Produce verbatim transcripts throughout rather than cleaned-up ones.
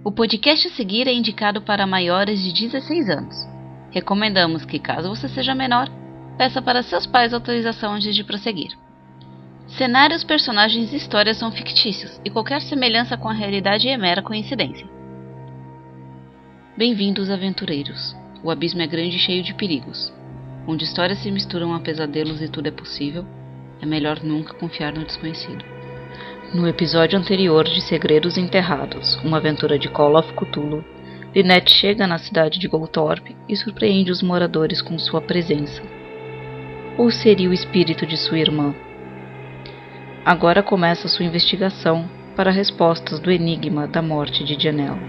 O podcast a seguir é indicado para maiores de dezesseis anos. Recomendamos que, caso você seja menor, peça para seus pais autorização antes de prosseguir. Cenários, personagens e histórias são fictícios, e qualquer semelhança com a realidade é mera coincidência. Bem-vindos, aventureiros. O abismo é grande e cheio de perigos. Onde histórias se misturam a pesadelos e tudo é possível, é melhor nunca confiar no desconhecido. No episódio anterior de Segredos Enterrados, uma aventura de Call of Cthulhu, Lynette chega na cidade de Goldthorpe e surpreende os moradores com sua presença. Ou seria o espírito de sua irmã? Agora começa sua investigação para respostas do enigma da morte de Janelle.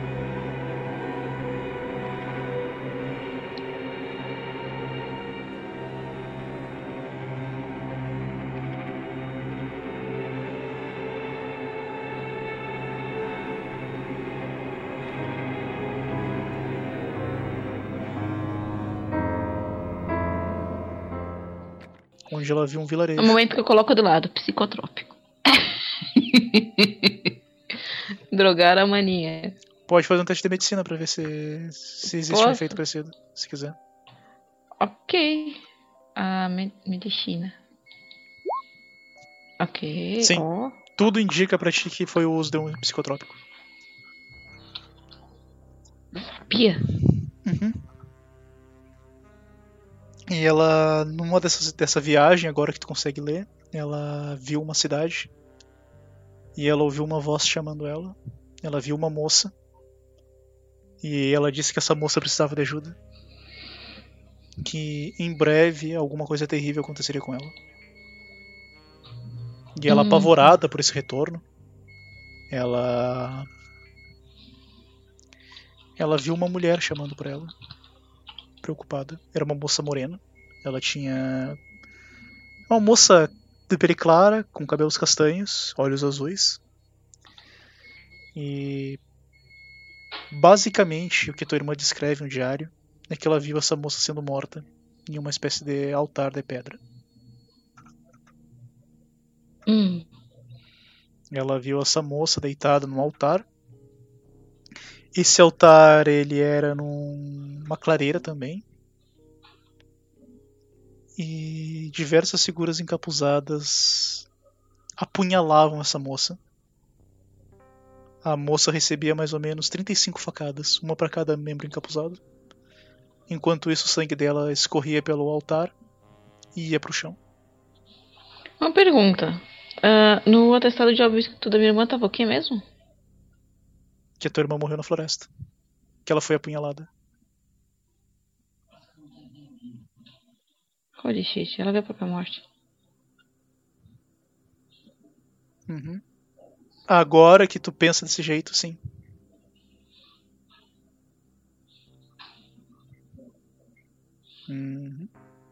Onde ela viu um vilarejo. É o momento que eu coloco do lado, psicotrópico. Drogar a mania. Pode fazer um teste de medicina pra ver se, se existe Posso? um efeito parecido, se quiser. Ok. A me- medicina. Ok. Sim. Ó. Tudo indica pra ti que foi o uso de um psicotrópico. Pia. Uhum. E ela, numa dessas dessa viagem, agora que tu consegue ler, ela viu uma cidade e ela ouviu uma voz chamando ela. Ela viu uma moça e ela disse que essa moça precisava de ajuda, que em breve alguma coisa terrível aconteceria com ela. E ela, Hum. apavorada por esse retorno, ela ela viu uma mulher chamando por ela, preocupada. Era uma moça morena. Ela tinha uma moça de pele clara, com cabelos castanhos, olhos azuis. E basicamente o que tua irmã descreve no diário é que ela viu essa moça sendo morta em uma espécie de altar de pedra. Hum. Ela viu essa moça deitada num altar. Esse altar, ele era numa clareira também. E diversas figuras encapuzadas apunhalavam essa moça. A moça recebia mais ou menos trinta e cinco facadas, uma para cada membro encapuzado. Enquanto isso, o sangue dela escorria pelo altar e ia pro chão. Uma pergunta. Ah, no atestado de óbito da minha irmã tava o quê mesmo? Que a tua irmã morreu na floresta. Que ela foi apunhalada. Holy shit, ela veio a própria morte. Uhum. Agora que tu pensa desse jeito, sim. Uhum.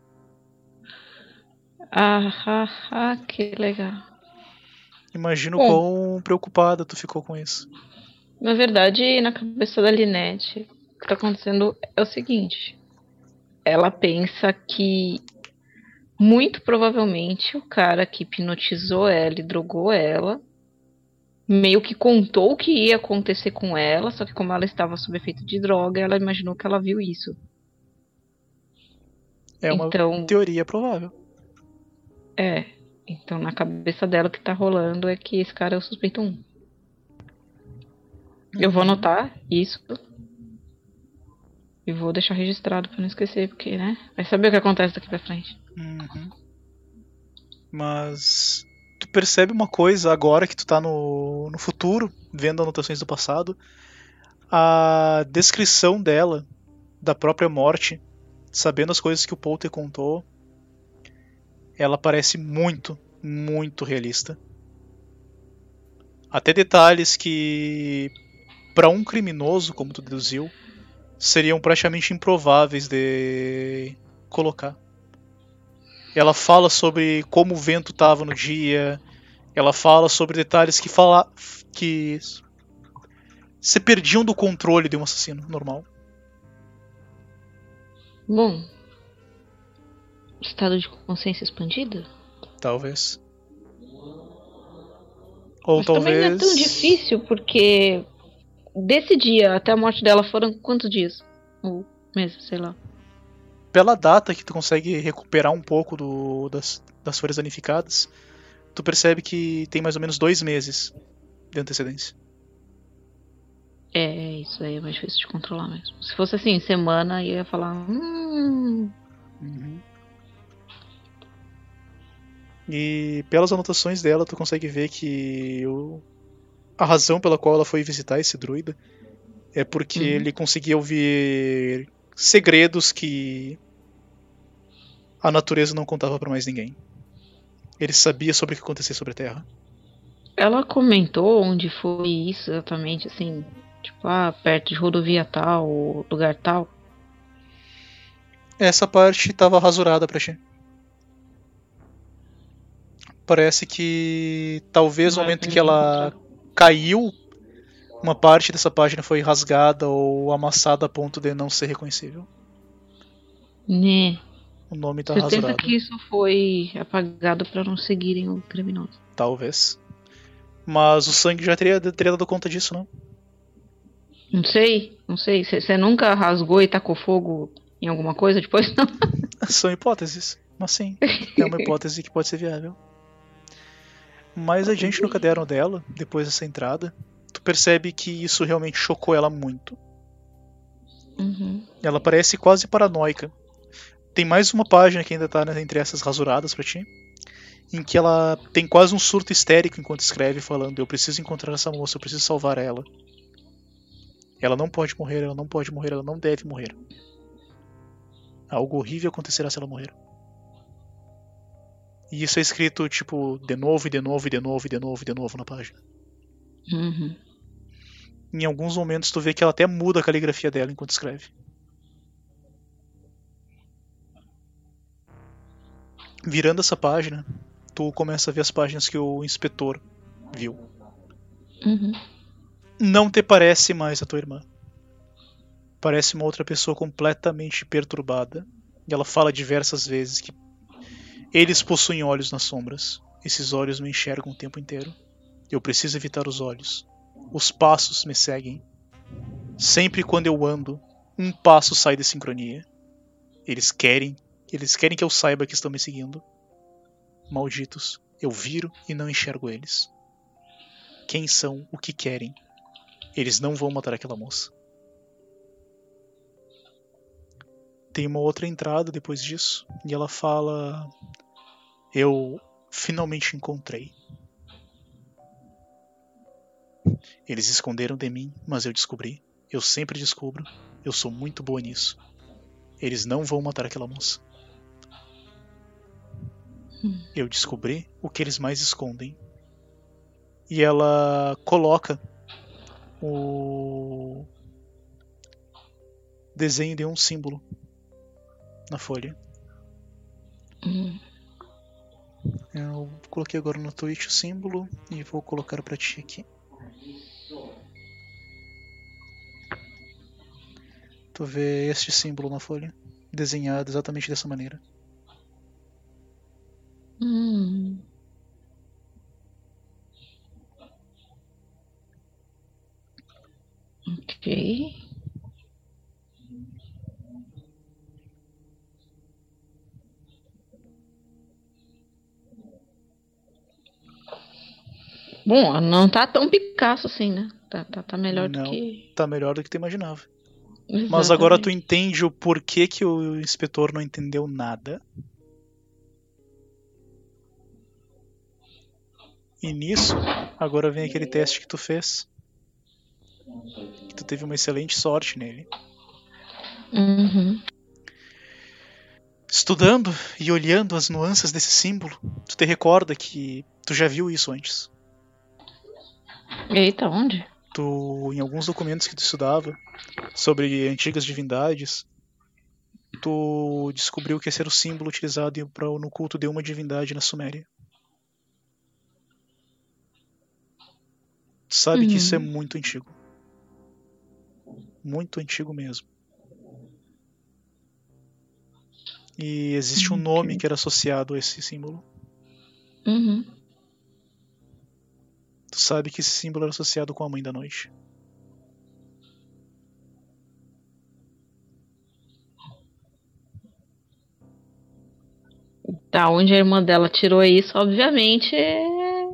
Ah, ah, ah, que legal. Imagino Bom. quão preocupada tu ficou com isso. Na verdade, na cabeça da Lynette, o que tá acontecendo é o seguinte. Ela pensa que, muito provavelmente, o cara que hipnotizou ela e drogou ela, meio que contou o que ia acontecer com ela, só que como ela estava sob efeito de droga, ela imaginou que ela viu isso. É uma Então, teoria provável. é. Então, na cabeça dela, o que tá rolando é que esse cara é o suspeito um. Eu vou anotar isso e vou deixar registrado pra não esquecer, porque, né? Vai saber o que acontece daqui pra frente. Uhum. Mas tu percebe uma coisa agora que tu tá no, no futuro, vendo anotações do passado. A descrição dela, da própria morte, sabendo as coisas que o Paul te contou, ela parece muito, muito realista. Até detalhes que, para um criminoso, como tu deduziu, seriam praticamente improváveis de colocar. Ela fala sobre como o vento estava no dia. Ela fala sobre detalhes que fala que se perdiam do controle de um assassino normal. Bom, estado de consciência expandido? Talvez. Ou Mas talvez. também não é tão difícil, porque desse dia até a morte dela foram quantos dias? Ou meses, sei lá. Pela data que tu consegue recuperar um pouco do, das, das folhas danificadas, tu percebe que tem mais ou menos dois meses de antecedência. É, isso aí é mais difícil de controlar mesmo. Se fosse assim, semana, ia falar. Hum. Uhum. E pelas anotações dela, tu consegue ver que o, a razão pela qual ela foi visitar esse druida é porque Uhum. ele conseguia ouvir segredos que a natureza não contava pra mais ninguém. Ele sabia sobre o que acontecia sobre a Terra. Ela comentou onde foi isso exatamente, assim, tipo, ah, perto de rodovia tal, ou lugar tal. Essa parte estava rasurada pra ti. Parece que talvez no Não é momento pra que ninguém ela encontrar. caiu, uma parte dessa página foi rasgada ou amassada a ponto de não ser reconhecível. Né? O nome tá Certeza rasurado. que isso foi apagado pra não seguirem o criminoso. Talvez. Mas o sangue já teria, teria dado conta disso, não? Não sei, não sei. Você nunca rasgou e tacou fogo em alguma coisa depois? Não. São hipóteses. Mas sim, é uma hipótese que pode ser viável. Mais adiante no caderno dela, depois dessa entrada, tu percebe que isso realmente chocou ela muito. Uhum. Ela parece quase paranoica. Tem mais uma página que ainda tá entre essas rasuradas pra ti, em que ela tem quase um surto histérico enquanto escreve, falando: eu preciso encontrar essa moça, eu preciso salvar ela. Ela não pode morrer, ela não pode morrer, ela não deve morrer. Algo horrível acontecerá se ela morrer. E isso é escrito, tipo, de novo, e de novo, e de novo, e de novo, e de novo na página. Uhum. Em alguns momentos tu vê que ela até muda a caligrafia dela enquanto escreve. Virando essa página, tu começa a ver as páginas que o inspetor viu. Uhum. Não te parece mais a tua irmã. Parece uma outra pessoa completamente perturbada. E ela fala diversas vezes que eles possuem olhos nas sombras. Esses olhos me enxergam o tempo inteiro. Eu preciso evitar os olhos. Os passos me seguem. Sempre quando eu ando, um passo sai de sincronia. Eles querem, eles querem que eu saiba que estão me seguindo. Malditos, eu viro e não enxergo eles. Quem são, o que querem? Eles não vão matar aquela moça. Tem uma outra entrada depois disso, e ela fala: eu finalmente encontrei. Eles esconderam de mim, mas eu descobri. Eu sempre descubro. Eu sou muito boa nisso. Eles não vão matar aquela moça. Eu descobri o que eles mais escondem. E ela coloca o desenho de um símbolo na folha. Uhum. Eu coloquei agora no Twitch o símbolo e vou colocar pra ti aqui. Tu vê este símbolo na folha, desenhado exatamente dessa maneira. Hum. Ok. Bom, não tá tão Picasso assim, né? Tá, tá, tá melhor do Não, que. tá melhor do que tu imaginava. Mas agora tu Exatamente. entende o porquê que o inspetor não entendeu nada. E nisso, agora vem aquele teste que tu fez. Que tu teve uma excelente sorte nele. Uhum. Estudando e olhando as nuances desse símbolo, tu te recorda que tu já viu isso antes. Eita, onde? Tu, em alguns documentos que tu estudava sobre antigas divindades, tu descobriu que esse era o símbolo utilizado pra, no culto de uma divindade na Suméria. Tu sabe que isso é Uhum. muito antigo. Muito antigo mesmo. E existe um nome Ok. que era associado a esse símbolo. Uhum. Tu sabe que esse símbolo era associado com a Mãe da Noite. Da onde a irmã dela tirou isso, obviamente, é...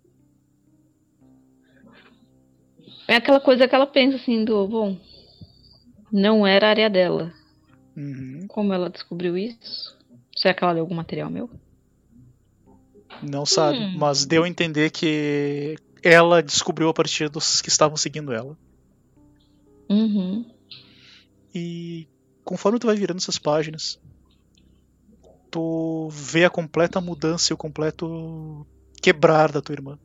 é aquela coisa que ela pensa assim do, bom, não era a área dela. Uhum. Como ela descobriu isso? Será que ela leu algum material meu? Não sabe, Hum. mas deu a entender que ela descobriu a partir dos que estavam seguindo ela. Uhum. E conforme tu vai virando essas páginas, tu vê a completa mudança e o completo quebrar da tua irmã.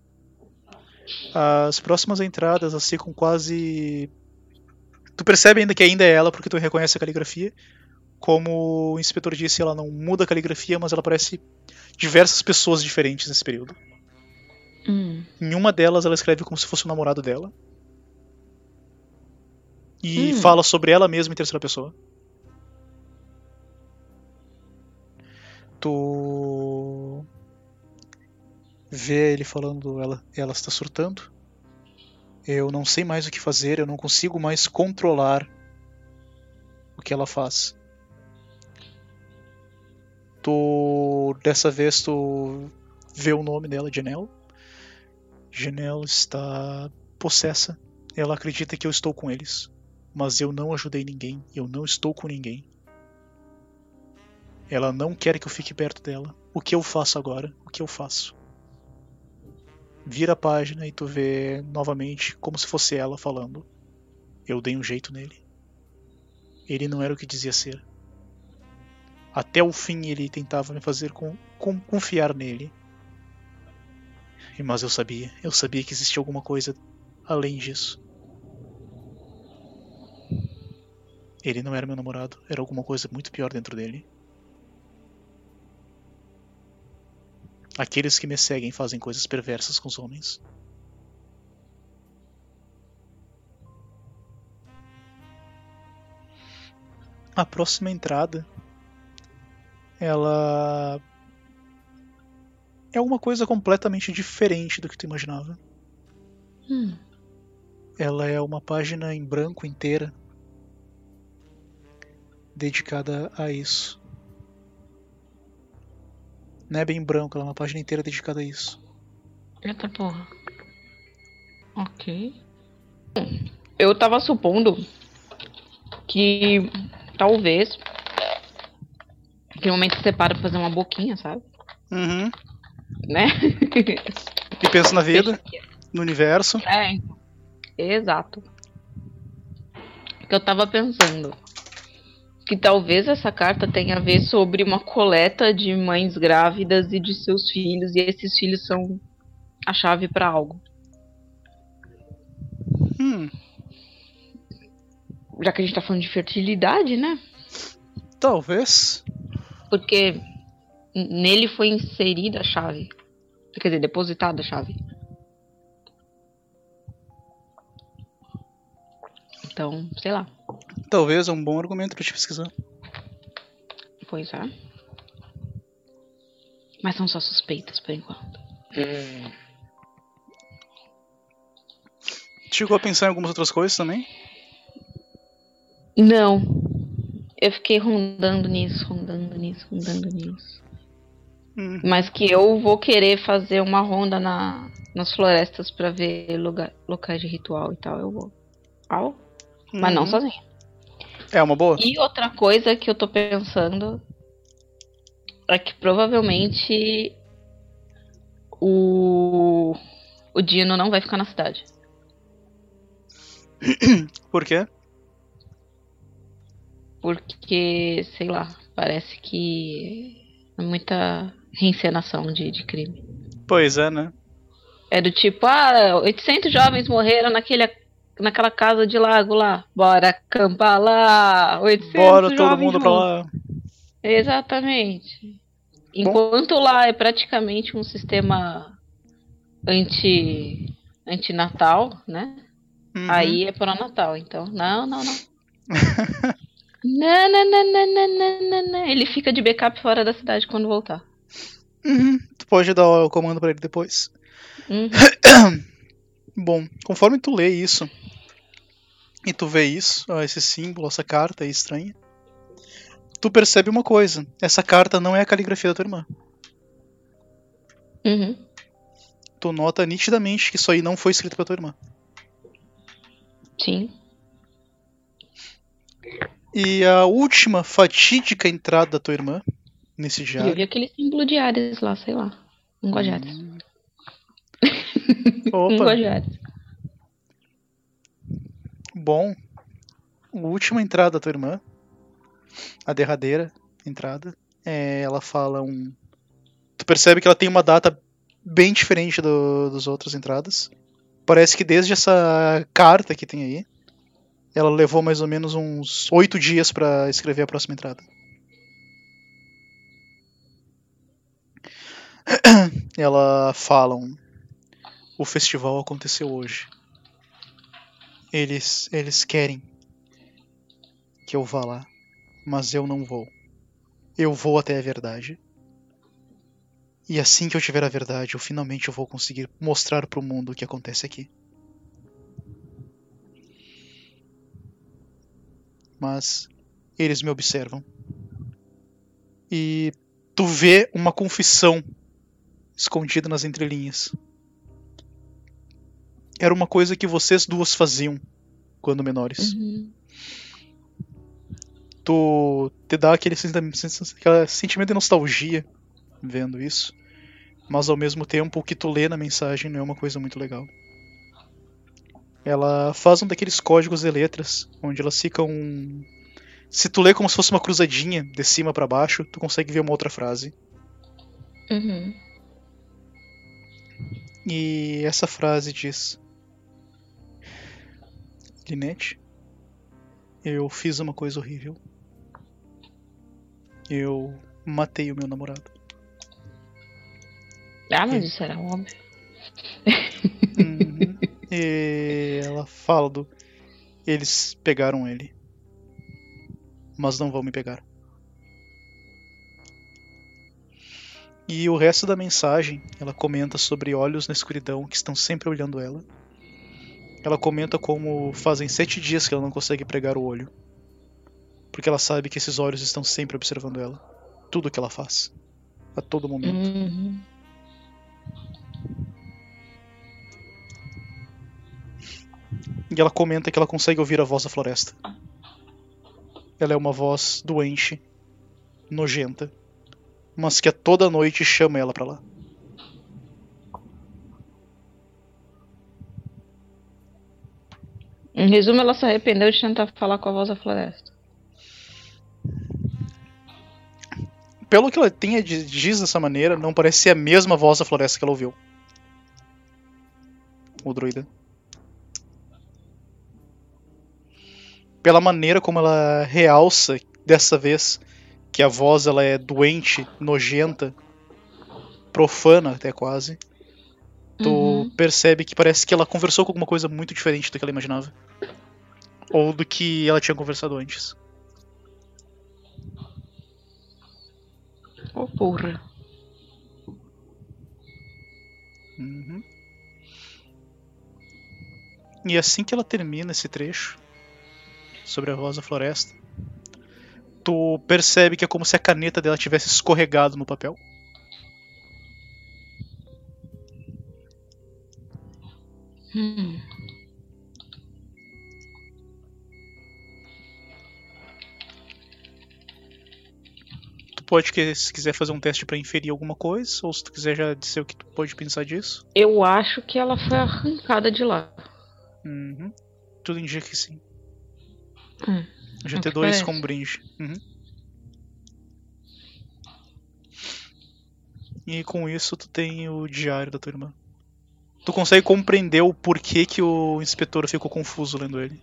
As próximas entradas, assim, com quase... Tu percebe ainda que ainda é ela, porque tu reconhece a caligrafia. Como o inspetor disse, ela não muda a caligrafia, mas ela parece diversas pessoas diferentes nesse período. Hum. Em uma delas, ela escreve como se fosse o namorado dela. E Hum. fala sobre ela mesma em terceira pessoa. Tu vê ele falando, ela, ela está surtando. Eu não sei mais o que fazer, eu não consigo mais controlar o que ela faz. Tu, dessa vez, tu vê o nome dela, Janelle. Janelle está possessa. Ela acredita que eu estou com eles. Mas eu não ajudei ninguém, eu não estou com ninguém. Ela não quer que eu fique perto dela. O que eu faço agora? O que eu faço? Vira a página e tu vê novamente como se fosse ela falando. Eu dei um jeito nele. Ele não era o que dizia ser. Até o fim ele tentava me fazer com, com, confiar nele. Mas eu sabia, eu sabia que existia alguma coisa além disso. Ele não era meu namorado, era alguma coisa muito pior dentro dele. Aqueles que me seguem fazem coisas perversas com os homens. A próxima entrada, ela é uma coisa completamente diferente do que tu imaginava. Hum. Ela é uma página em branco inteira, dedicada a isso. Não é bem branco, ela é uma página inteira dedicada a isso. Eita porra. Ok. Eu tava supondo que talvez aquele momento que você para pra fazer uma boquinha, sabe? Uhum. Né? E pensa na vida, no universo. É, então. Exato. Que eu tava pensando que talvez essa carta tenha a ver sobre uma coleta de mães grávidas e de seus filhos, e esses filhos são a chave pra algo. Hum. Já que a gente tá falando de fertilidade, né? Talvez. Porque nele foi inserida a chave. Quer dizer, depositada a chave. Então, sei lá. Talvez é um bom argumento pra te pesquisar. Pois é. Mas são só suspeitas por enquanto. Hum. Chegou a pensar em algumas outras coisas também? Não. Eu fiquei rondando nisso, rondando nisso, rondando nisso. Hum. Mas que eu vou querer fazer uma ronda na, nas florestas pra ver lugar, locais de ritual e tal. Eu vou. Au. Uhum. Mas não sozinha. É uma boa? E outra coisa que eu tô pensando é que provavelmente o, o Dino não vai ficar na cidade. Por quê? Porque, sei lá, parece que é muita reencenação de, de crime. Pois é, né? É do tipo, ah, oitocentos jovens morreram naquele, naquela casa de lago lá. Bora acampar lá. oitocentos Bora todo jovens mundo pra lá. Exatamente. Enquanto Bom. lá é praticamente um sistema anti antinatal, né? Uhum. Aí é pró-natal. Então, não, não, não. não, não, não, não, não, não, não. Ele fica de backup fora da cidade quando voltar. Uhum. Tu pode dar o comando pra ele depois. Uhum. Bom, conforme tu lê isso e tu vê isso, ó, esse símbolo, essa carta aí estranha, tu percebe uma coisa. Essa carta não é a caligrafia da tua irmã. Uhum. Tu nota nitidamente que isso aí não foi escrito pra tua irmã. Sim. E a última fatídica entrada da tua irmã nesse E eu diário. vi aquele símbolo de Ares lá, sei lá. Não gosto de Ares. Hum. Não Opa, gosto de Ares. bom. A última entrada da tua irmã, a derradeira entrada, é, ela fala um. Tu percebe que ela tem uma data bem diferente do, das outras entradas. Parece que desde essa carta que tem aí, ela levou mais ou menos uns oito dias pra escrever a próxima entrada. Ela fala um, o festival aconteceu hoje. Eles, eles querem que eu vá lá, mas eu não vou. Eu vou até a verdade. E assim que eu tiver a verdade, eu finalmente eu vou conseguir mostrar pro mundo o que acontece aqui. Mas eles me observam. E tu vê uma confissão escondida nas entrelinhas. Era uma coisa que vocês duas faziam quando menores. Uhum. Tu te dá aquele, aquele sentimento de nostalgia vendo isso. Mas ao mesmo tempo o que tu lê na mensagem não é uma coisa muito legal. Ela faz um daqueles códigos de letras, onde elas ficam. Se tu lê como se fosse uma cruzadinha de cima pra baixo, tu consegue ver uma outra frase. Uhum. E essa frase diz: Lynette, eu fiz uma coisa horrível. Eu matei o meu namorado. Ah, mas E- isso era óbvio. Uhum. E ela fala do. Eles pegaram ele. Mas não vão me pegar. E o resto da mensagem, ela comenta sobre olhos na escuridão que estão sempre olhando ela. Ela comenta como fazem sete dias que ela não consegue pregar o olho. Porque ela sabe que esses olhos estão sempre observando ela. Tudo que ela faz. A todo momento. Uhum. E ela comenta que ela consegue ouvir a voz da floresta. Ela é uma voz doente, nojenta, mas que a toda noite chama ela pra lá. Em resumo, ela se arrependeu de tentar falar com a voz da floresta. Pelo que ela tem, diz dessa maneira, não parece ser a mesma voz da floresta que ela ouviu. O druida. Pela maneira como ela realça dessa vez que a voz ela é doente, nojenta, profana até quase. Tu Uhum. percebe que parece que ela conversou com alguma coisa muito diferente do que ela imaginava. Ou do que ela tinha conversado antes. Oh, porra. Uhum. E assim que ela termina esse trecho sobre a voz da floresta, tu percebe que é como se a caneta dela tivesse escorregado no papel. Hum. Tu pode, se quiser, fazer um teste pra inferir alguma coisa, ou se tu quiser já dizer o que tu pode pensar disso. Eu acho que ela foi arrancada de lá. Uhum. Tudo indica que sim. Hum. Já É tem que dois parece. como brinde. Uhum. E com isso tu tem o diário da tua irmã. Tu consegue compreender o porquê que o inspetor ficou confuso lendo ele.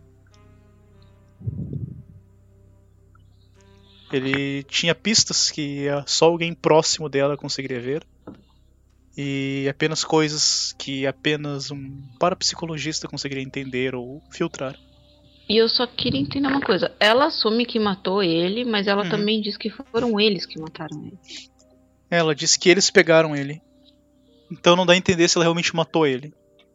Ele tinha pistas que só alguém próximo dela conseguiria ver. E apenas coisas que apenas um parapsicologista conseguiria entender ou filtrar. E eu só queria entender uma coisa. Ela assume que matou ele, mas ela Uhum. também diz que foram eles que mataram ele. Ela disse que eles pegaram ele. Então não dá a entender se ela realmente matou ele.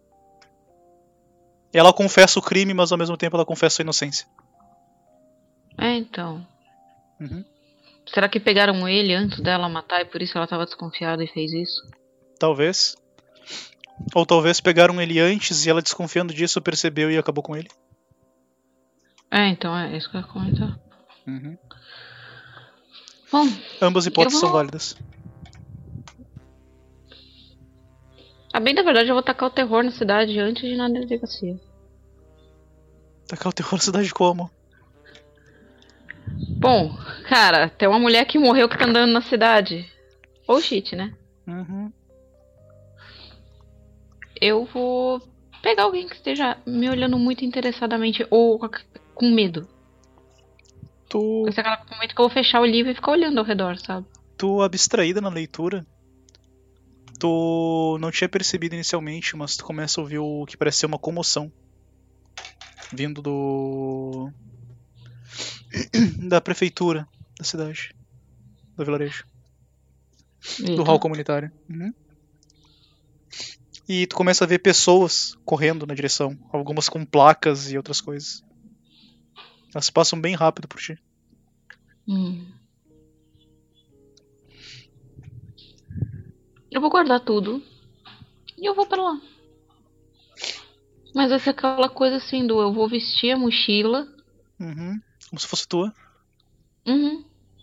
Ela confessa o crime, mas ao mesmo tempo ela confessa a inocência. É, então. Uhum. Será que pegaram ele antes dela matar e por isso ela tava desconfiada e fez isso? Talvez. Ou talvez pegaram ele antes e ela, desconfiando disso, percebeu e acabou com ele. É, então é isso que eu ia comentar. Uhum. Bom, Ambas hipóteses eu vou... são válidas. A bem da verdade, eu vou tacar o terror na cidade antes de ir na delegacia. Tacar o terror na cidade como? Bom, cara, tem uma mulher que morreu que tá andando na cidade. Ou shit, né? Uhum. Eu vou pegar alguém que esteja me olhando muito interessadamente ou com medo. Tu, Vai ser aquele momento que eu vou fechar o livro e ficar olhando ao redor, sabe? tu abstraída na leitura, tu não tinha percebido inicialmente, mas tu começa a ouvir o que parece ser uma comoção vindo do da prefeitura da cidade, do vilarejo, do Eita. hall comunitário. Uhum. E tu começa a ver pessoas correndo na direção, algumas com placas e outras coisas. Elas passam bem rápido por ti. Hum. Eu vou guardar tudo e eu vou pra lá. Mas vai ser aquela coisa assim do eu vou vestir a mochila. Uhum. Como se fosse tua. Uhum.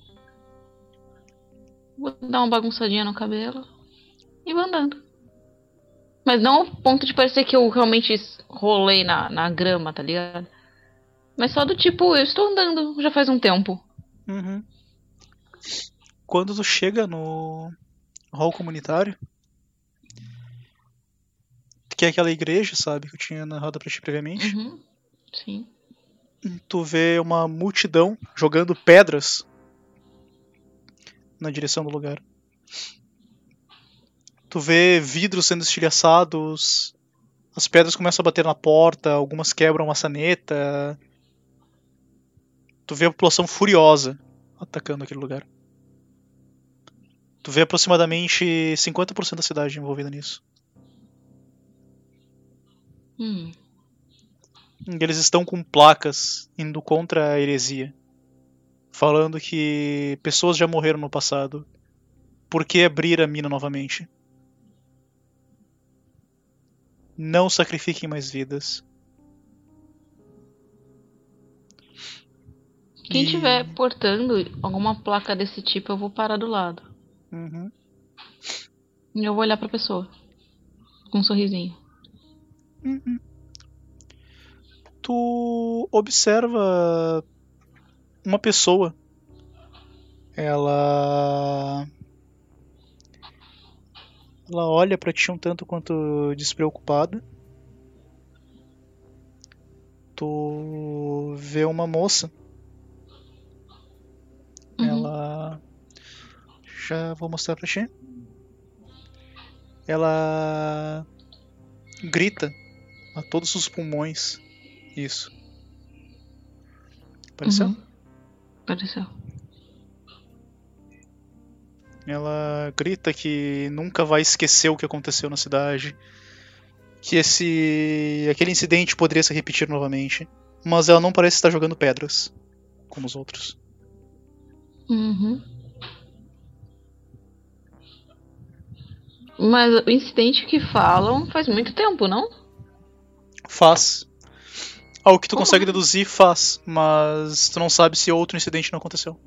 Vou dar uma bagunçadinha no cabelo e vou andando. Mas não ao ponto de parecer que eu realmente rolei na, na grama, tá ligado? Mas só do tipo, eu estou andando já faz um tempo. Uhum. Quando tu chega no hall comunitário, que é aquela igreja, sabe, que eu tinha narrado pra ti previamente, Uhum. Sim. tu vê uma multidão jogando pedras na direção do lugar. Tu vê vidros sendo estilhaçados, as pedras começam a bater na porta, algumas quebram a maçaneta. Tu vê a população furiosa atacando aquele lugar. Tu vê aproximadamente cinquenta por cento da cidade envolvida nisso. Hum. E eles estão com placas indo contra a heresia, falando que pessoas já morreram no passado. Por que abrir a mina novamente? Não sacrifiquem mais vidas. Quem E... tiver portando alguma placa desse tipo, eu vou parar do lado. Uhum. E eu vou olhar pra pessoa. Com um sorrisinho. Uhum. Tu observa uma pessoa. Ela... Ela olha pra ti um tanto quanto despreocupada. Tu vê uma moça. Uhum. Ela... Já vou mostrar pra ti. Ela grita a todos os pulmões. Isso. Apareceu? Uhum. Apareceu. Ela grita que nunca vai esquecer o que aconteceu na cidade. Que esse aquele incidente poderia se repetir novamente. Mas ela não parece estar jogando pedras como os outros. Uhum. Mas o incidente que falam faz muito tempo, não? Faz. Ao que tu Uhum. consegue deduzir, faz. Mas tu não sabe se outro incidente não aconteceu.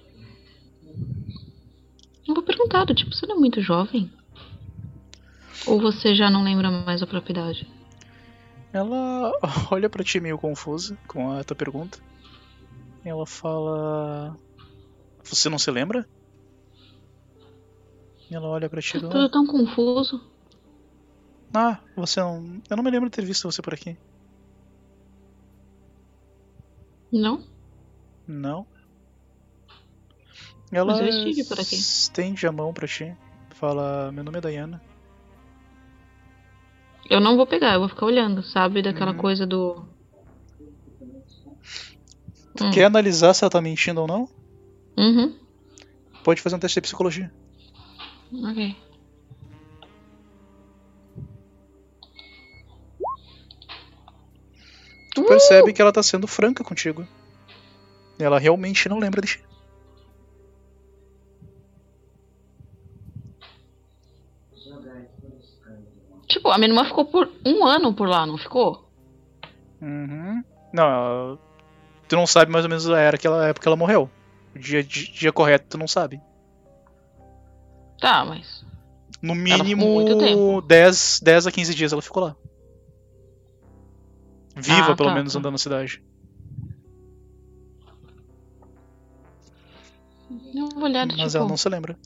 Eu vou perguntar, do tipo, você não é muito jovem? Ou você já não lembra mais a propriedade? Ela olha pra ti meio confusa com a tua pergunta. Ela fala... Você não se lembra? E ela olha pra ti. Tá tudo tão confuso. Ah, você não... Eu não me lembro de ter visto você por aqui. Não? Não. Ela Mas eu estive por aqui. estende a mão pra ti. Fala, meu nome é Diana. Eu não vou pegar, eu vou ficar olhando, sabe? Daquela Uhum. coisa do... Tu Hum. quer analisar se ela tá mentindo ou não? Uhum. Pode fazer um teste de psicologia. Ok. Tu Uh! percebe que ela tá sendo franca contigo. Ela realmente não lembra de ti. Tipo, a minha irmã ficou por um ano por lá, não ficou? Uhum. Não, tu não sabe mais ou menos a era que ela, época que ela morreu. O dia, dia correto tu não sabe. Tá, mas No ela ficou muito tempo. mínimo dez, dez a quinze dias ela ficou lá. Viva, Ah, pelo tá, menos, tá. andando na cidade. Deu uma olhada, Mas ela tipo, não se lembra.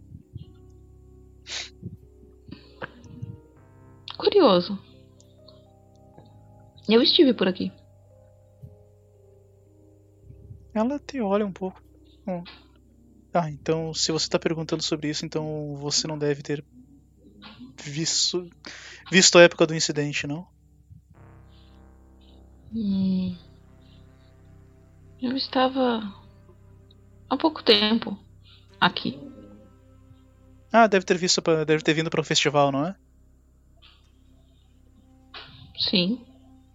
curioso. Eu estive por aqui. Ela te olha um pouco. Hum. Ah, então se você tá perguntando sobre isso, então você não deve ter visto, visto a época do incidente, não? Hum, eu estava há pouco tempo aqui. Ah, deve ter visto, pra, deve ter vindo para um festival, não é? Sim.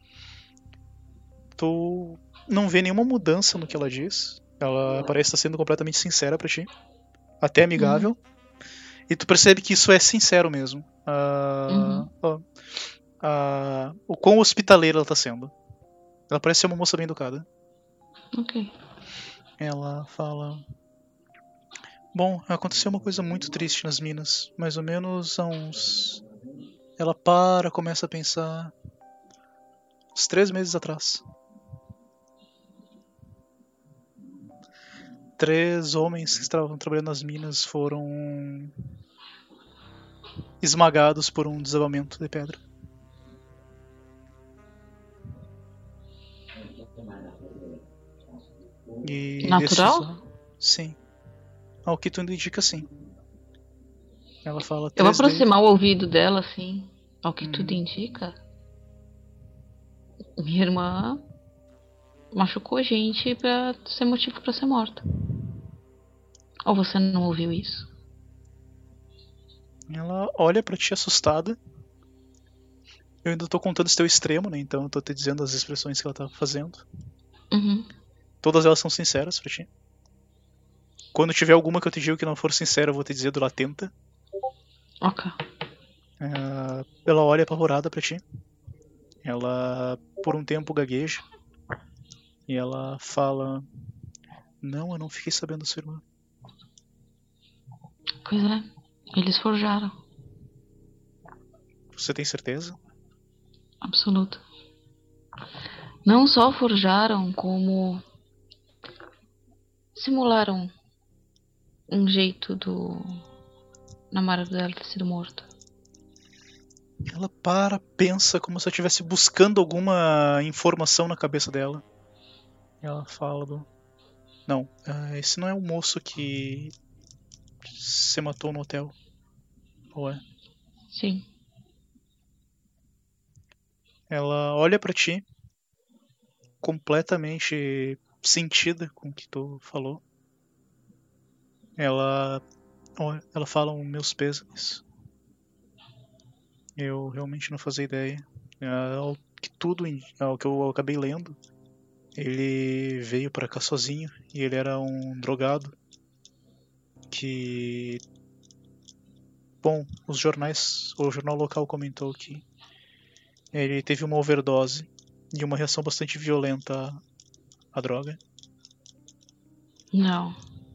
Tu não vê nenhuma mudança no que ela diz. Ela parece estar sendo completamente sincera pra ti, até Uhum. amigável. E tu percebe que isso é sincero mesmo. Ah, Uhum. ó, ah, o quão hospitaleira ela tá sendo. Ela parece ser uma moça bem educada. Ok. Ela fala: Bom, aconteceu uma coisa muito triste nas minas. Mais ou menos há uns. Ela para, começa a pensar. Uns três meses atrás. Três homens que estavam trabalhando nas minas foram esmagados por um desabamento de pedra. E destes. Natural? Sim. Ao que tudo indica, sim. Ela fala Eu vou três deles. aproximar o ouvido dela, assim, ao que tudo Uhum. indica. Minha irmã machucou gente pra ser motivo pra ser morta. Ou você não ouviu isso? Ela olha pra ti assustada. Eu ainda tô contando esse teu extremo, né? Então eu tô te dizendo as expressões que ela tá fazendo. Uhum. Todas elas são sinceras pra ti. Quando tiver alguma que eu te digo que não for sincera, eu vou te dizer do latenta. Ok. Uh, ela olha apavorada pra ti. Ela, por um tempo, gagueja. E ela fala: Não, eu não fiquei sabendo da sua irmã. Pois é. Eles forjaram. Você tem certeza? Absoluta. Não só forjaram, como simularam um jeito do namorado dela ter sido morto. Ela para, pensa como se eu estivesse buscando alguma informação na cabeça dela. Ela fala do... Não, uh, esse não é o moço que se matou no hotel. Ou é? Sim. Ela olha pra ti, completamente sentida com o que tu falou. Ela, ela fala os meus pêsames. Eu realmente não fazia ideia. Ao que tudo, ao que eu acabei lendo, ele veio para cá sozinho e ele era um drogado que, bom, os jornais, o jornal local comentou que ele teve uma overdose e uma reação bastante violenta à, à droga. Não.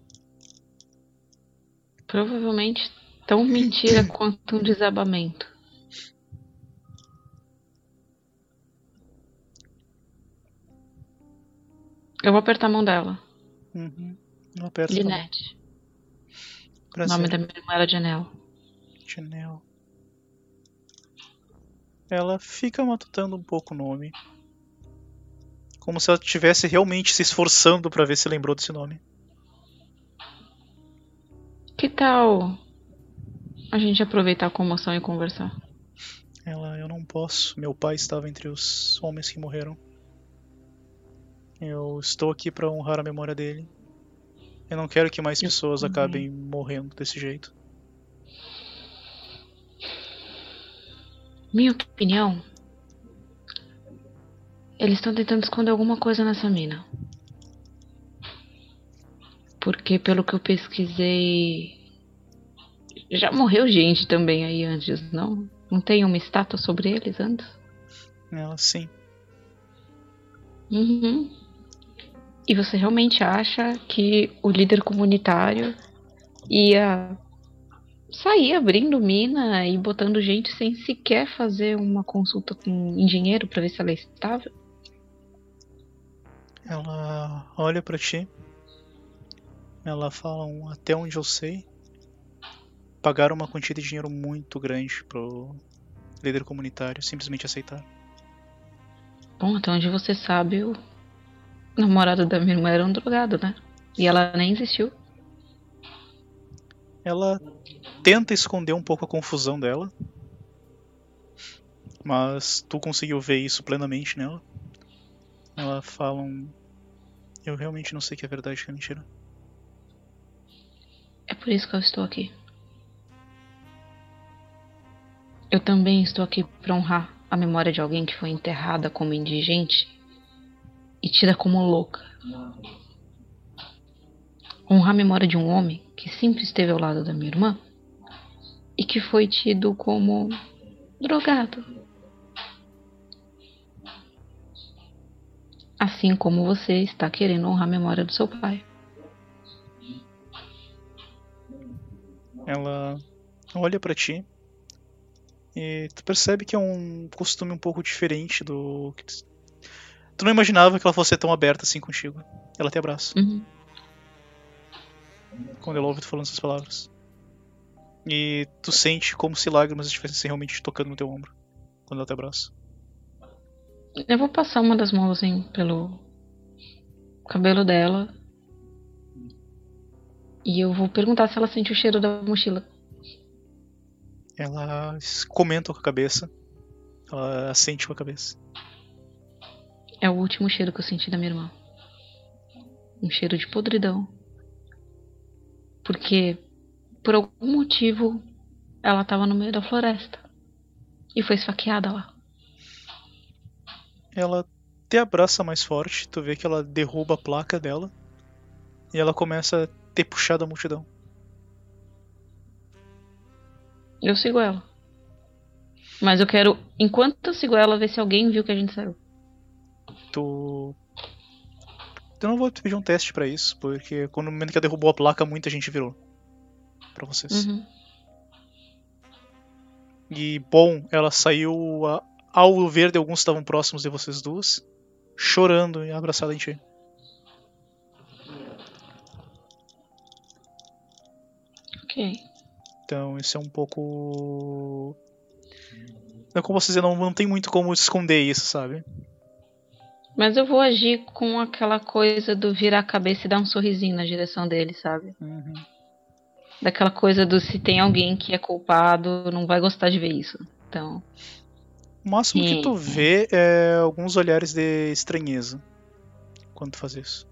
Provavelmente tão mentira quanto um desabamento. Eu vou apertar a mão dela. Uhum. Não aperta tua mão. Linette. O nome Prazer. da minha irmã era Janelle. Janelle. Ela fica matutando um pouco o nome. Como se ela estivesse realmente se esforçando para ver se lembrou desse nome. Que tal a gente aproveitar a comoção e conversar? Ela, eu não posso. Meu pai estava entre os homens que morreram. Eu estou aqui para honrar a memória dele. Eu não quero que mais Eu pessoas também. acabem morrendo desse jeito. Minha opinião, eles estão tentando esconder alguma coisa nessa mina. Porque pelo que eu pesquisei Já morreu gente também aí antes, não? Não tem uma estátua sobre eles antes? Ela, sim. Uhum. E você realmente acha que o líder comunitário ia sair abrindo mina e botando gente sem sequer fazer uma consulta com engenheiro pra ver se ela é estável? Ela olha pra ti. Ela fala, um, até onde eu sei, pagaram uma quantia de dinheiro muito grande pro líder comunitário simplesmente aceitar. Bom, até onde você sabe, o namorado da minha irmã era um drogado, né? E ela nem existiu. Ela tenta esconder um pouco a confusão dela, mas tu conseguiu ver isso plenamente nela. Ela fala um, eu realmente não sei o que é verdade e o que é mentira. É por isso que eu estou aqui. Eu também estou aqui para honrar a memória de alguém que foi enterrada como indigente e tida como louca. Honrar a memória de um homem que sempre esteve ao lado da minha irmã e que foi tido como drogado. Assim como você está querendo honrar a memória do seu pai. Ela olha pra ti e tu percebe que é um costume um pouco diferente do que tu... tu não imaginava que ela fosse tão aberta assim contigo. Ela te abraça Uhum. quando ela ouve tu falando essas palavras. E tu sente como se lágrimas estivessem realmente tocando no teu ombro quando ela te abraça. Eu vou passar uma das mãos assim, pelo cabelo dela e eu vou perguntar se ela sente o cheiro da mochila. Ela comenta com a cabeça. Ela assente com a cabeça. É o último cheiro que eu senti da minha irmã. Um cheiro de podridão. Porque, por algum motivo, ela estava no meio da floresta. E foi esfaqueada lá. Ela te abraça mais forte. Tu vê que ela derruba a placa dela. E ela começa a te puxar da multidão. Eu sigo ela. Mas eu quero, enquanto eu sigo ela, ver se alguém viu que a gente saiu. Tu... Eu não vou te pedir um teste pra isso, porque quando no momento que ela derrubou a placa, muita gente virou pra vocês. Uhum. E, bom, ela saiu a... ao ver de alguns que estavam próximos de vocês duas, chorando e abraçada em ti. Ok. Então, isso é um pouco... Não, como vocês não, não tem muito como esconder isso, sabe? Mas eu vou agir com aquela coisa do virar a cabeça e dar um sorrisinho na direção dele, sabe? Uhum. Daquela coisa do se tem alguém que é culpado, não vai gostar de ver isso. Então. O máximo que tu vê é alguns olhares de estranheza quando tu faz isso.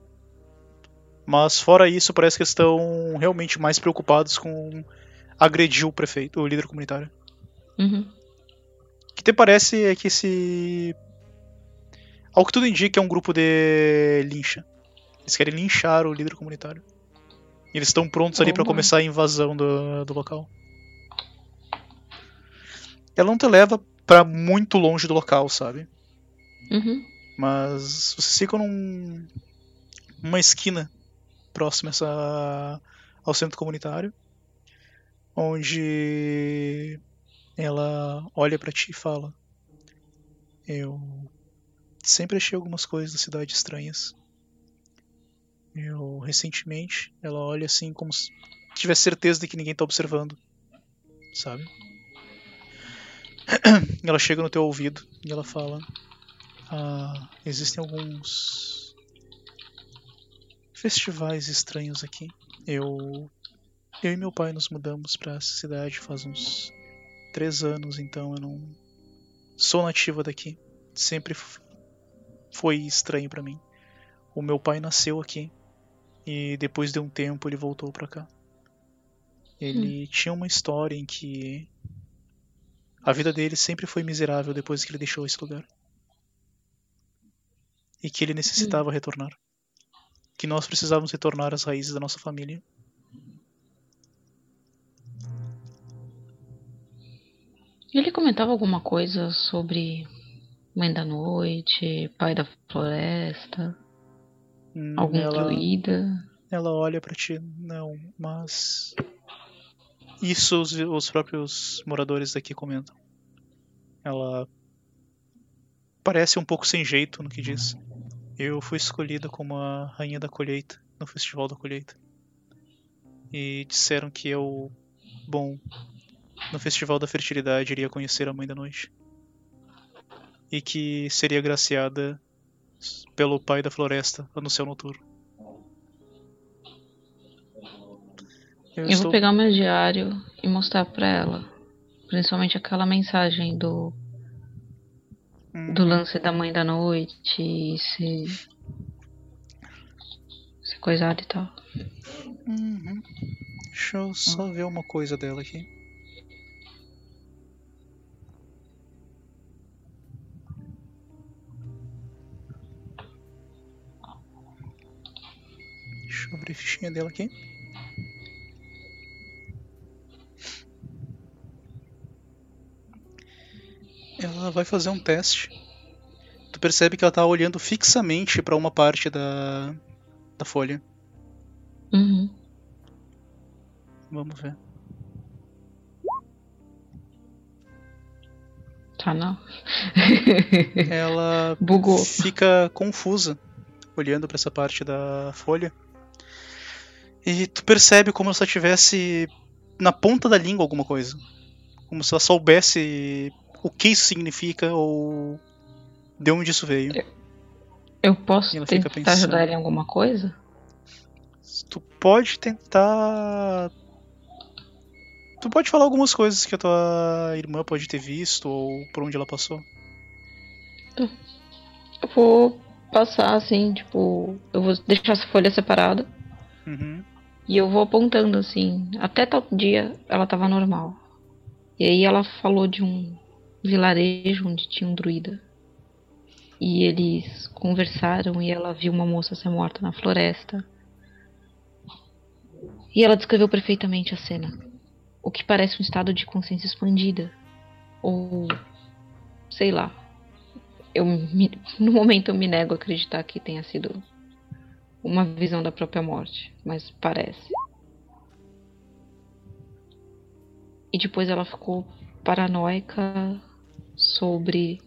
Mas fora isso, parece que estão realmente mais preocupados com agredir o prefeito, o líder comunitário. Uhum. O que te parece é que esse... Ao que tudo indica, é um grupo de lincha. Eles querem linchar o líder comunitário. E eles estão prontos ali Oh, pra boy. começar a invasão do, do local. Ela não te leva pra muito longe do local, sabe? Uhum. Mas vocês ficam num, numa esquina próxima essa, ao centro comunitário, onde ela olha pra ti e fala: eu sempre achei algumas coisas da cidade estranhas. Eu, recentemente, ela olha assim como se tivesse certeza de que ninguém tá observando, sabe? Ela chega no teu ouvido e ela fala: ah, existem alguns festivais estranhos aqui. Eu, eu e meu pai nos mudamos pra essa cidade faz uns três anos, então eu não sou nativa daqui. Sempre foi estranho pra mim. O meu pai nasceu aqui e depois de um tempo ele voltou pra cá. Ele hum. tinha uma história em que a vida dele sempre foi miserável depois que ele deixou esse lugar. E que ele necessitava hum. retornar. Que nós precisávamos retornar às raízes da nossa família. Ele comentava alguma coisa sobre Mãe da Noite, Pai da Floresta, Hum, algum ela, druida? ela olha pra ti, não, mas isso os, os próprios moradores daqui comentam. Ela parece um pouco sem jeito no que diz. Eu fui escolhida como a rainha da colheita no Festival da Colheita. E disseram que eu, bom, no Festival da Fertilidade iria conhecer a Mãe da Noite. E que seria agraciada pelo Pai da Floresta no céu noturno. Eu Eu vou estou. pegar meu diário e mostrar pra ela. Principalmente aquela mensagem do, do Uhum, lance da Mãe da Noite e se, se coisado e tal. uhum. Deixa eu só ver uma coisa dela aqui. Deixa eu abrir a fichinha dela aqui. Ela vai fazer um teste. Tu percebe que ela tá olhando fixamente pra uma parte da, da folha. Uhum. Vamos ver. Tá, não. Ela Bugou. fica confusa olhando pra essa parte da folha. E tu percebe como se ela tivesse na ponta da língua alguma coisa. Como se ela soubesse o que isso significa ou de onde isso veio. Eu E posso ela fica tentar ajudar pensando. ele em alguma coisa? Tu pode tentar. Tu pode falar algumas coisas que a tua irmã pode ter visto ou por onde ela passou. Eu vou passar assim, tipo, eu vou deixar essa folha separada Uhum. e eu vou apontando assim, até tal dia ela tava normal. E aí ela falou de um vilarejo onde tinha um druida. E eles conversaram e ela viu uma moça ser morta na floresta. E ela descreveu perfeitamente a cena. O que parece um estado de consciência expandida. Ou, sei lá. Eu me, no momento eu me nego a acreditar que tenha sido uma visão da própria morte. Mas parece. E depois ela ficou paranoica sobre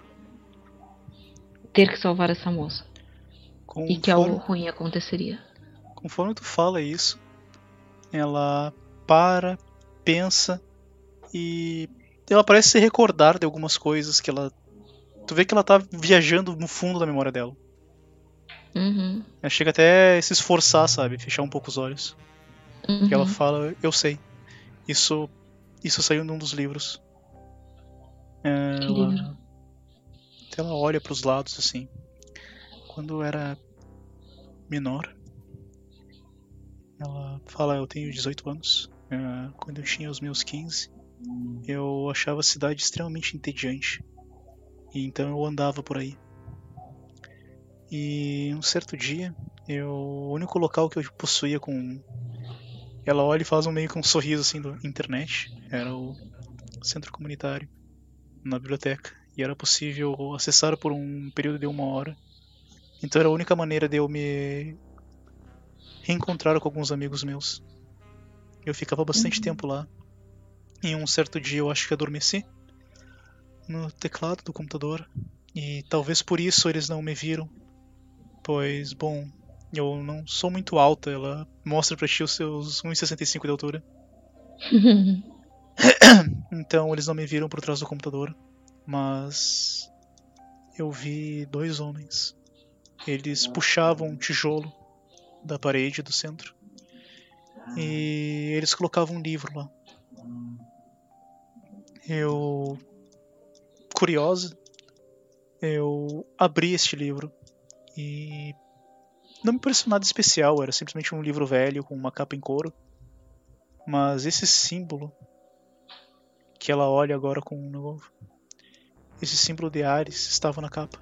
ter que salvar essa moça. E que algo Conforme, ruim aconteceria. conforme tu fala isso, ela para, pensa e ela parece se recordar de algumas coisas que ela. Tu vê que ela tá viajando no fundo da memória dela. Uhum, Ela chega até a se esforçar, sabe? Fechar um pouco os olhos. E ela uhum. fala, eu sei. Isso. Isso saiu num dos livros. Que livro? Ela. Ela olha pros lados assim. Quando eu era menor, ela fala, eu tenho dezoito anos. Uh, quando eu tinha os meus quinze, eu achava a cidade extremamente entediante. E então eu andava por aí. E um certo dia, eu, o único local que eu possuía com. Ela olha e faz um meio que um sorriso assim da internet. Era o centro comunitário, na biblioteca. E era possível acessar por um período de uma hora. Então era a única maneira de eu me reencontrar com alguns amigos meus. Eu ficava bastante Uhum. tempo lá. Em um certo dia eu acho que adormeci no teclado do computador. E talvez por isso eles não me viram. Pois, bom, eu não sou muito alta. Ela mostra pra ti os seus um e sessenta e cinco de altura. Então eles não me viram por trás do computador. Mas eu vi dois homens. Eles puxavam um tijolo da parede do centro. E eles colocavam um livro lá. Eu, curiosa, eu abri este livro e não me pareceu nada especial, era simplesmente um livro velho com uma capa em couro. Mas esse símbolo que ela olha agora com um novo, esse símbolo de Ares estava na capa.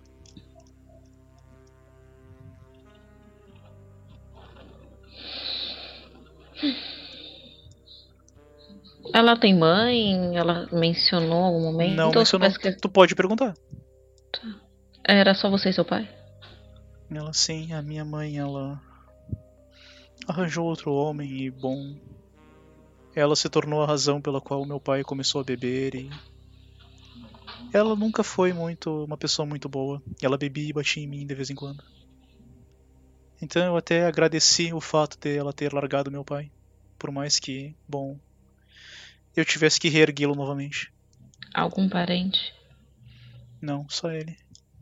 Ela tem mãe? Ela mencionou algum Não momento? Ou só mencionou. parece que Tu pode perguntar. era só você e seu pai? Ela, sim, a minha mãe, ela arranjou outro homem e, bom, ela se tornou a razão pela qual meu pai começou a beber e ela nunca foi muito uma pessoa muito boa. Ela bebia e batia em mim de vez em quando. Então eu até agradeci o fato de ela ter largado meu pai, por mais que, bom, eu tivesse que reerguê-lo novamente. Algum parente? Não, só ele.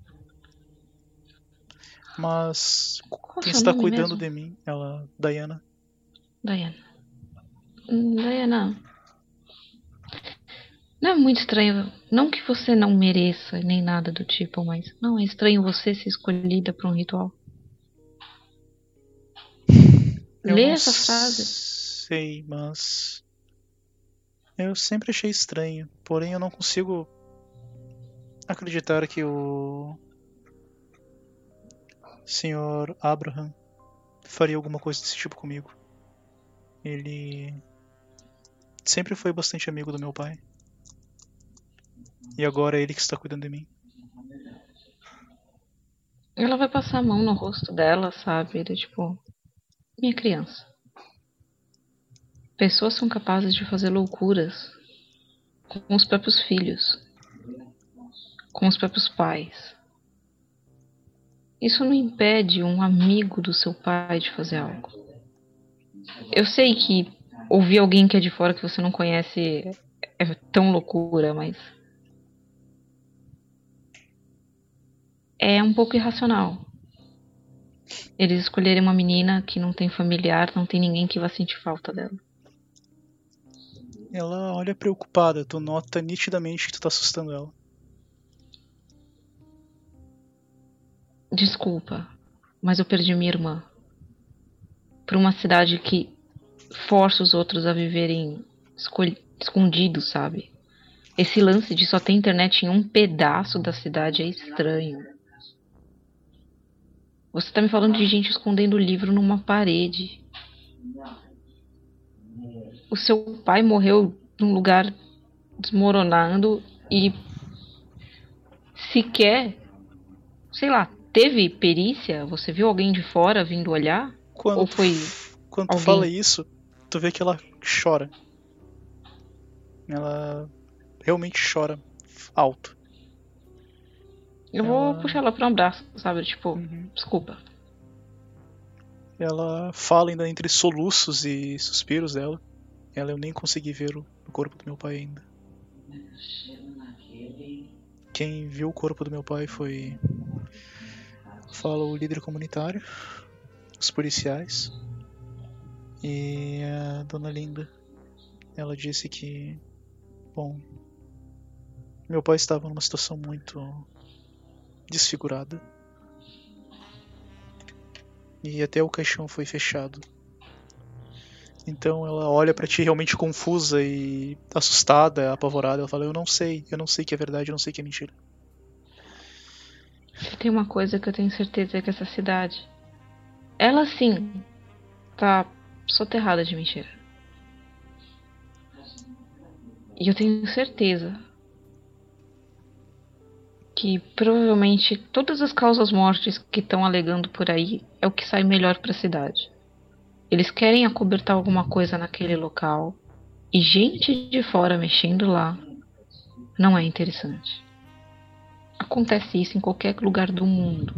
Mas Qual o quem seu está nome cuidando mesmo? de mim, ela, Diana. Diana. Hum, Diana, não é muito estranho. Não que você não mereça, nem nada do tipo, mas não é estranho você ser escolhida para um ritual. Eu Lê não essa frase. sei, mas eu sempre achei estranho. Porém, eu não consigo acreditar que o senhor Abraham faria alguma coisa desse tipo comigo. Ele sempre foi bastante amigo do meu pai. E agora é ele que está cuidando de mim. Ela vai passar a mão no rosto dela, sabe? Ele, tipo, minha criança. Pessoas são capazes de fazer loucuras com os próprios filhos, com os próprios pais. Isso não impede um amigo do seu pai de fazer algo. Eu sei que ouvir alguém que é de fora que você não conhece é tão loucura, mas é um pouco irracional. Eles escolherem uma menina que não tem familiar, não tem ninguém que vá sentir falta dela. Ela olha preocupada, tu nota nitidamente que tu tá assustando ela. Desculpa, mas eu perdi minha irmã. Pra uma cidade que força os outros a viverem escondidos, sabe? Esse lance de só ter internet em um pedaço da cidade é estranho. Você tá me falando de gente escondendo livro numa parede. O seu pai morreu num lugar desmoronando e sequer, sei lá, teve perícia? Você viu alguém de fora vindo olhar? Quando Ou tu, foi quando tu fala alguém? isso, tu vê que ela chora. Ela realmente chora alto. Eu vou puxar Ela, ela pra um abraço, sabe? Tipo, uhum. desculpa. Ela fala ainda entre soluços e suspiros dela. Ela, eu nem consegui ver o, o corpo do meu pai ainda. Quem viu o corpo do meu pai foi, fala, o líder comunitário, os policiais e a dona Linda. Ela disse que, bom, meu pai estava numa situação muito desfigurada e até o caixão foi fechado. Então ela olha pra ti realmente confusa e assustada, apavorada. Ela fala, eu não sei, eu não sei que é verdade, eu não sei que é mentira. Se tem uma coisa que eu tenho certeza é que essa cidade, ela sim, tá soterrada de mentira. E eu tenho certeza que provavelmente todas as causas mortes que estão alegando por aí é o que sai melhor pra cidade. Eles querem acobertar alguma coisa naquele local e gente de fora mexendo lá não é interessante. Acontece isso em qualquer lugar do mundo.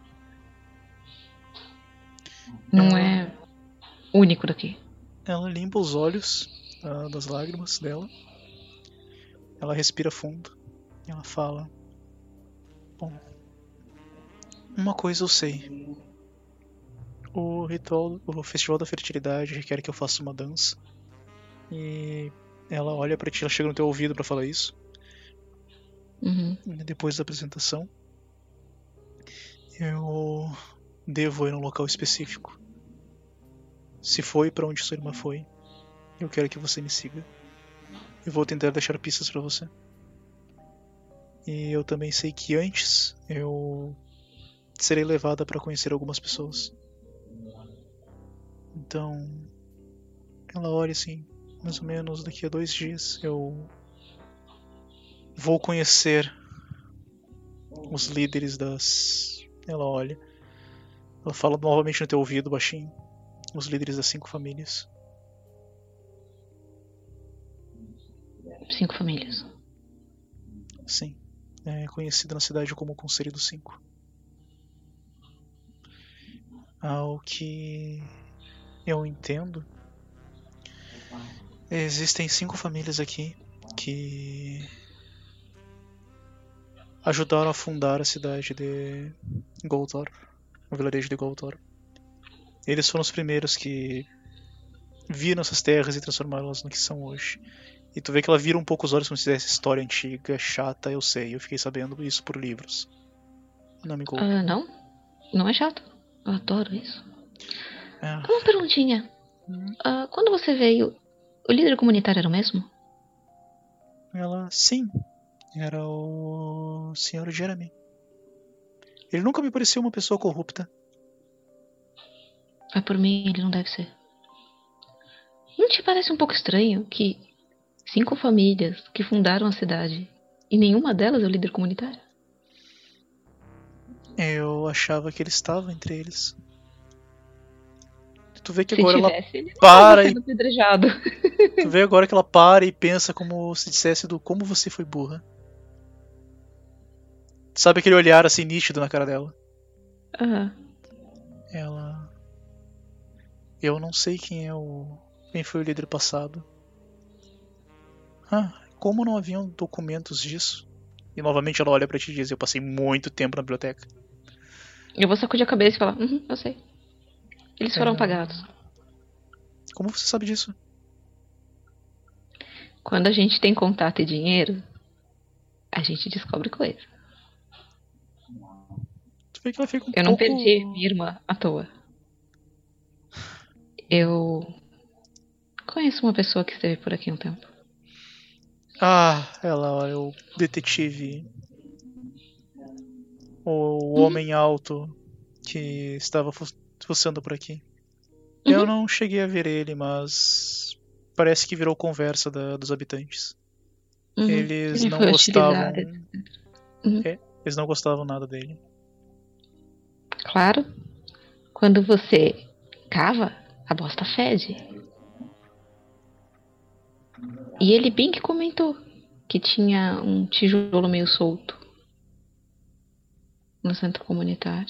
Não Ela, é único daqui. ela limpa os olhos uh, das lágrimas dela. Ela respira fundo. E ela fala, bom, uma coisa eu sei. O ritual, o festival da fertilidade requer que eu faça uma dança. E ela olha pra ti, ela chega no teu ouvido pra falar isso. Uhum. Depois da apresentação, eu devo ir num local específico. Se foi pra onde sua irmã foi, eu quero que você me siga. Eu vou tentar deixar pistas pra você. E eu também sei que antes eu serei levada pra conhecer algumas pessoas. Então, ela olha assim, mais ou menos daqui a dois dias, eu vou conhecer os líderes das... Ela olha. Ela fala novamente no teu ouvido, baixinho. Os líderes das cinco famílias. Cinco famílias. Sim. É conhecida na cidade como o Conselho dos Cinco. Ao que eu entendo, existem cinco famílias aqui que ajudaram a fundar a cidade de Goltor, o vilarejo de Goltor. Eles foram os primeiros que viram essas terras e transformaram-las no que são hoje. E tu vê que ela vira um pouco os olhos como se fizesse história antiga, chata, eu sei. Eu fiquei sabendo isso por livros. Não me culpe. Ah, não? Não é chato. Eu adoro isso. É. Uma perguntinha. Hum. Ah, quando você veio, o líder comunitário era o mesmo? Ela, sim. Era o senhor Jeremy. Ele nunca me pareceu uma pessoa corrupta. Ah, por mim ele não deve ser. Não te parece um pouco estranho que cinco famílias que fundaram a cidade e nenhuma delas é o líder comunitário? Eu achava que ele estava entre eles. Tu vê que Se agora tivesse, ela ele não para tava e... sendo apedrejado. Tu vê agora que ela para e pensa como se dissesse do como você foi burra. Sabe aquele olhar assim nítido na cara dela? Ah, Ela... Eu não sei quem é o... Quem foi o líder passado. Ah, como não haviam documentos disso? E novamente ela olha pra ti e diz, eu passei muito tempo na biblioteca. eu vou sacudir a cabeça e falar, uhum, eu sei. Eles foram É. pagados. Como você sabe disso? Quando a gente tem contato e dinheiro, a gente descobre coisa. Tu vê que ela fica um Eu não pouco... perdi minha irmã à toa. Eu conheço uma pessoa que esteve por aqui um tempo. Ah, ela olha, o detetive... O Uhum. homem alto que estava fu- fuçando por aqui. Eu Uhum. não cheguei a ver ele, mas parece que virou conversa da- dos habitantes. Uhum. Eles Ele não foi gostavam. utilizado. Uhum. É, eles não gostavam nada dele. Claro, quando você cava, a bosta fede. E ele bem que comentou que tinha um tijolo meio solto no centro comunitário.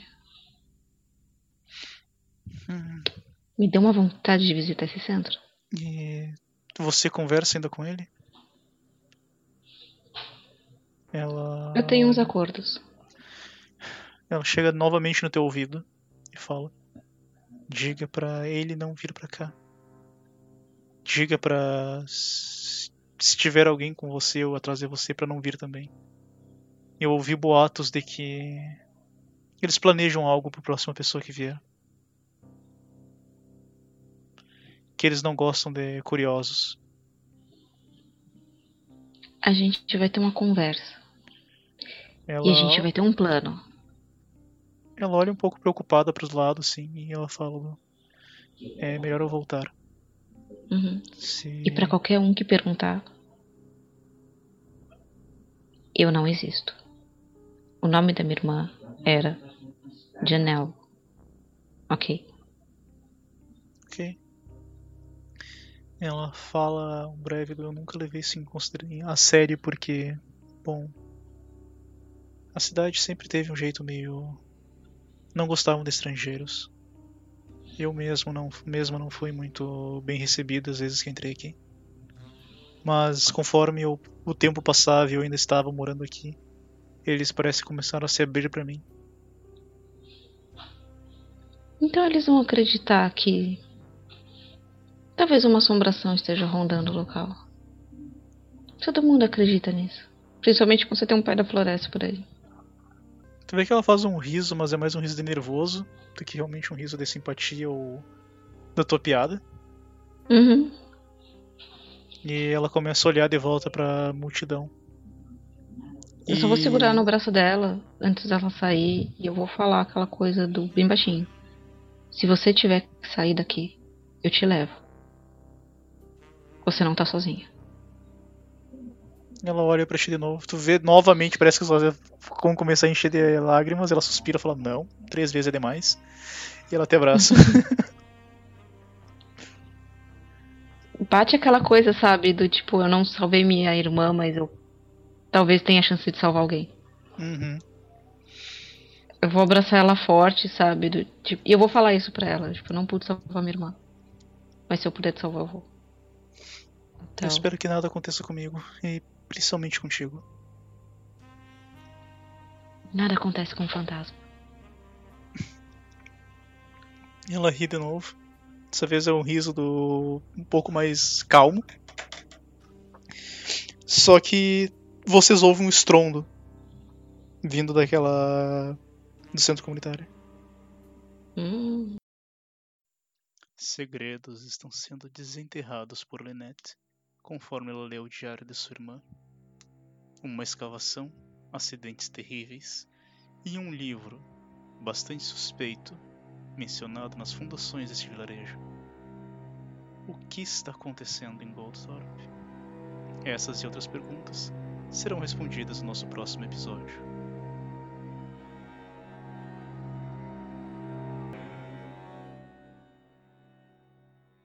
Hum, Me deu uma vontade de visitar esse centro. E você conversa ainda com ele? Ela. Eu tenho uns acordos. Ela chega novamente no teu ouvido e fala: diga pra ele não vir pra cá. Diga pra. Se tiver alguém com você ou atrás de você, pra não vir também. Eu ouvi boatos de que eles planejam algo pra próxima pessoa que vier. Que eles não gostam de curiosos. A gente vai ter uma conversa. Ela, E a gente vai ter um plano. ela olha um pouco preocupada pros lados, sim, e ela fala: é melhor eu voltar. Uhum. Se... E pra qualquer um que perguntar, eu não existo. O nome da minha irmã era Janelle. Ok? Ok. Ela fala um breve do eu nunca levei isso em consideração a sério porque, bom, a cidade sempre teve um jeito meio... Não gostavam de estrangeiros. Eu mesmo não, mesmo não fui muito bem recebido às vezes que entrei aqui. Mas conforme eu, o tempo passava e eu ainda estava morando aqui, eles parecem começar a se abrir pra mim. Então eles vão acreditar que talvez uma assombração esteja rondando o local. Todo mundo acredita nisso. Principalmente quando você tem um pai da floresta por aí. Tu vê que ela faz um riso, mas é mais um riso de nervoso do que realmente um riso de simpatia ou da tua piada. Uhum. E ela começa a olhar de volta pra multidão. Eu e... só vou segurar no braço dela antes dela sair e eu vou falar aquela coisa do bem baixinho. Se você tiver que sair daqui, eu te levo. Você não tá sozinha. Ela olha pra ti de novo. Tu vê novamente, parece que os olhos vão começar a encher de lágrimas. Ela suspira e fala, não, três vezes é demais. E ela te abraça. Bate aquela coisa, sabe? Do tipo, eu não salvei minha irmã, mas eu talvez tenha chance de salvar alguém. Uhum. Eu vou abraçar ela forte, sabe? Do, tipo, e eu vou falar isso pra ela. Tipo, eu não pude salvar minha irmã. Mas se eu puder te salvar, eu vou. Então, Eu espero que nada aconteça comigo. E principalmente contigo. nada acontece com um fantasma. Ela ri de novo. Dessa vez é um riso do um pouco mais calmo. Só que vocês ouvem um estrondo vindo daquela do centro comunitário. Hum. Segredos estão sendo desenterrados por Lynette, conforme ela lê o diário de sua irmã. Uma escavação, acidentes terríveis e um livro bastante suspeito mencionado nas fundações deste vilarejo. O que está acontecendo em Goldthorpe? Essas e outras perguntas serão respondidas no nosso próximo episódio.